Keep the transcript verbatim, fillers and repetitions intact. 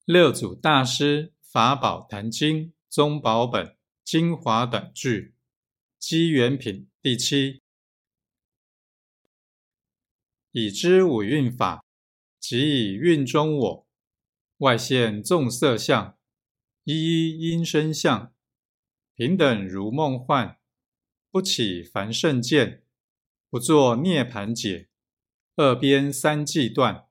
六祖大师法宝坛经宗宝本精华短句机缘品第七。已知五蕴法，即以蕴中我，外现众色相，一一因身相，平等如梦幻，不起凡圣见，不作涅盘解，二边三际断。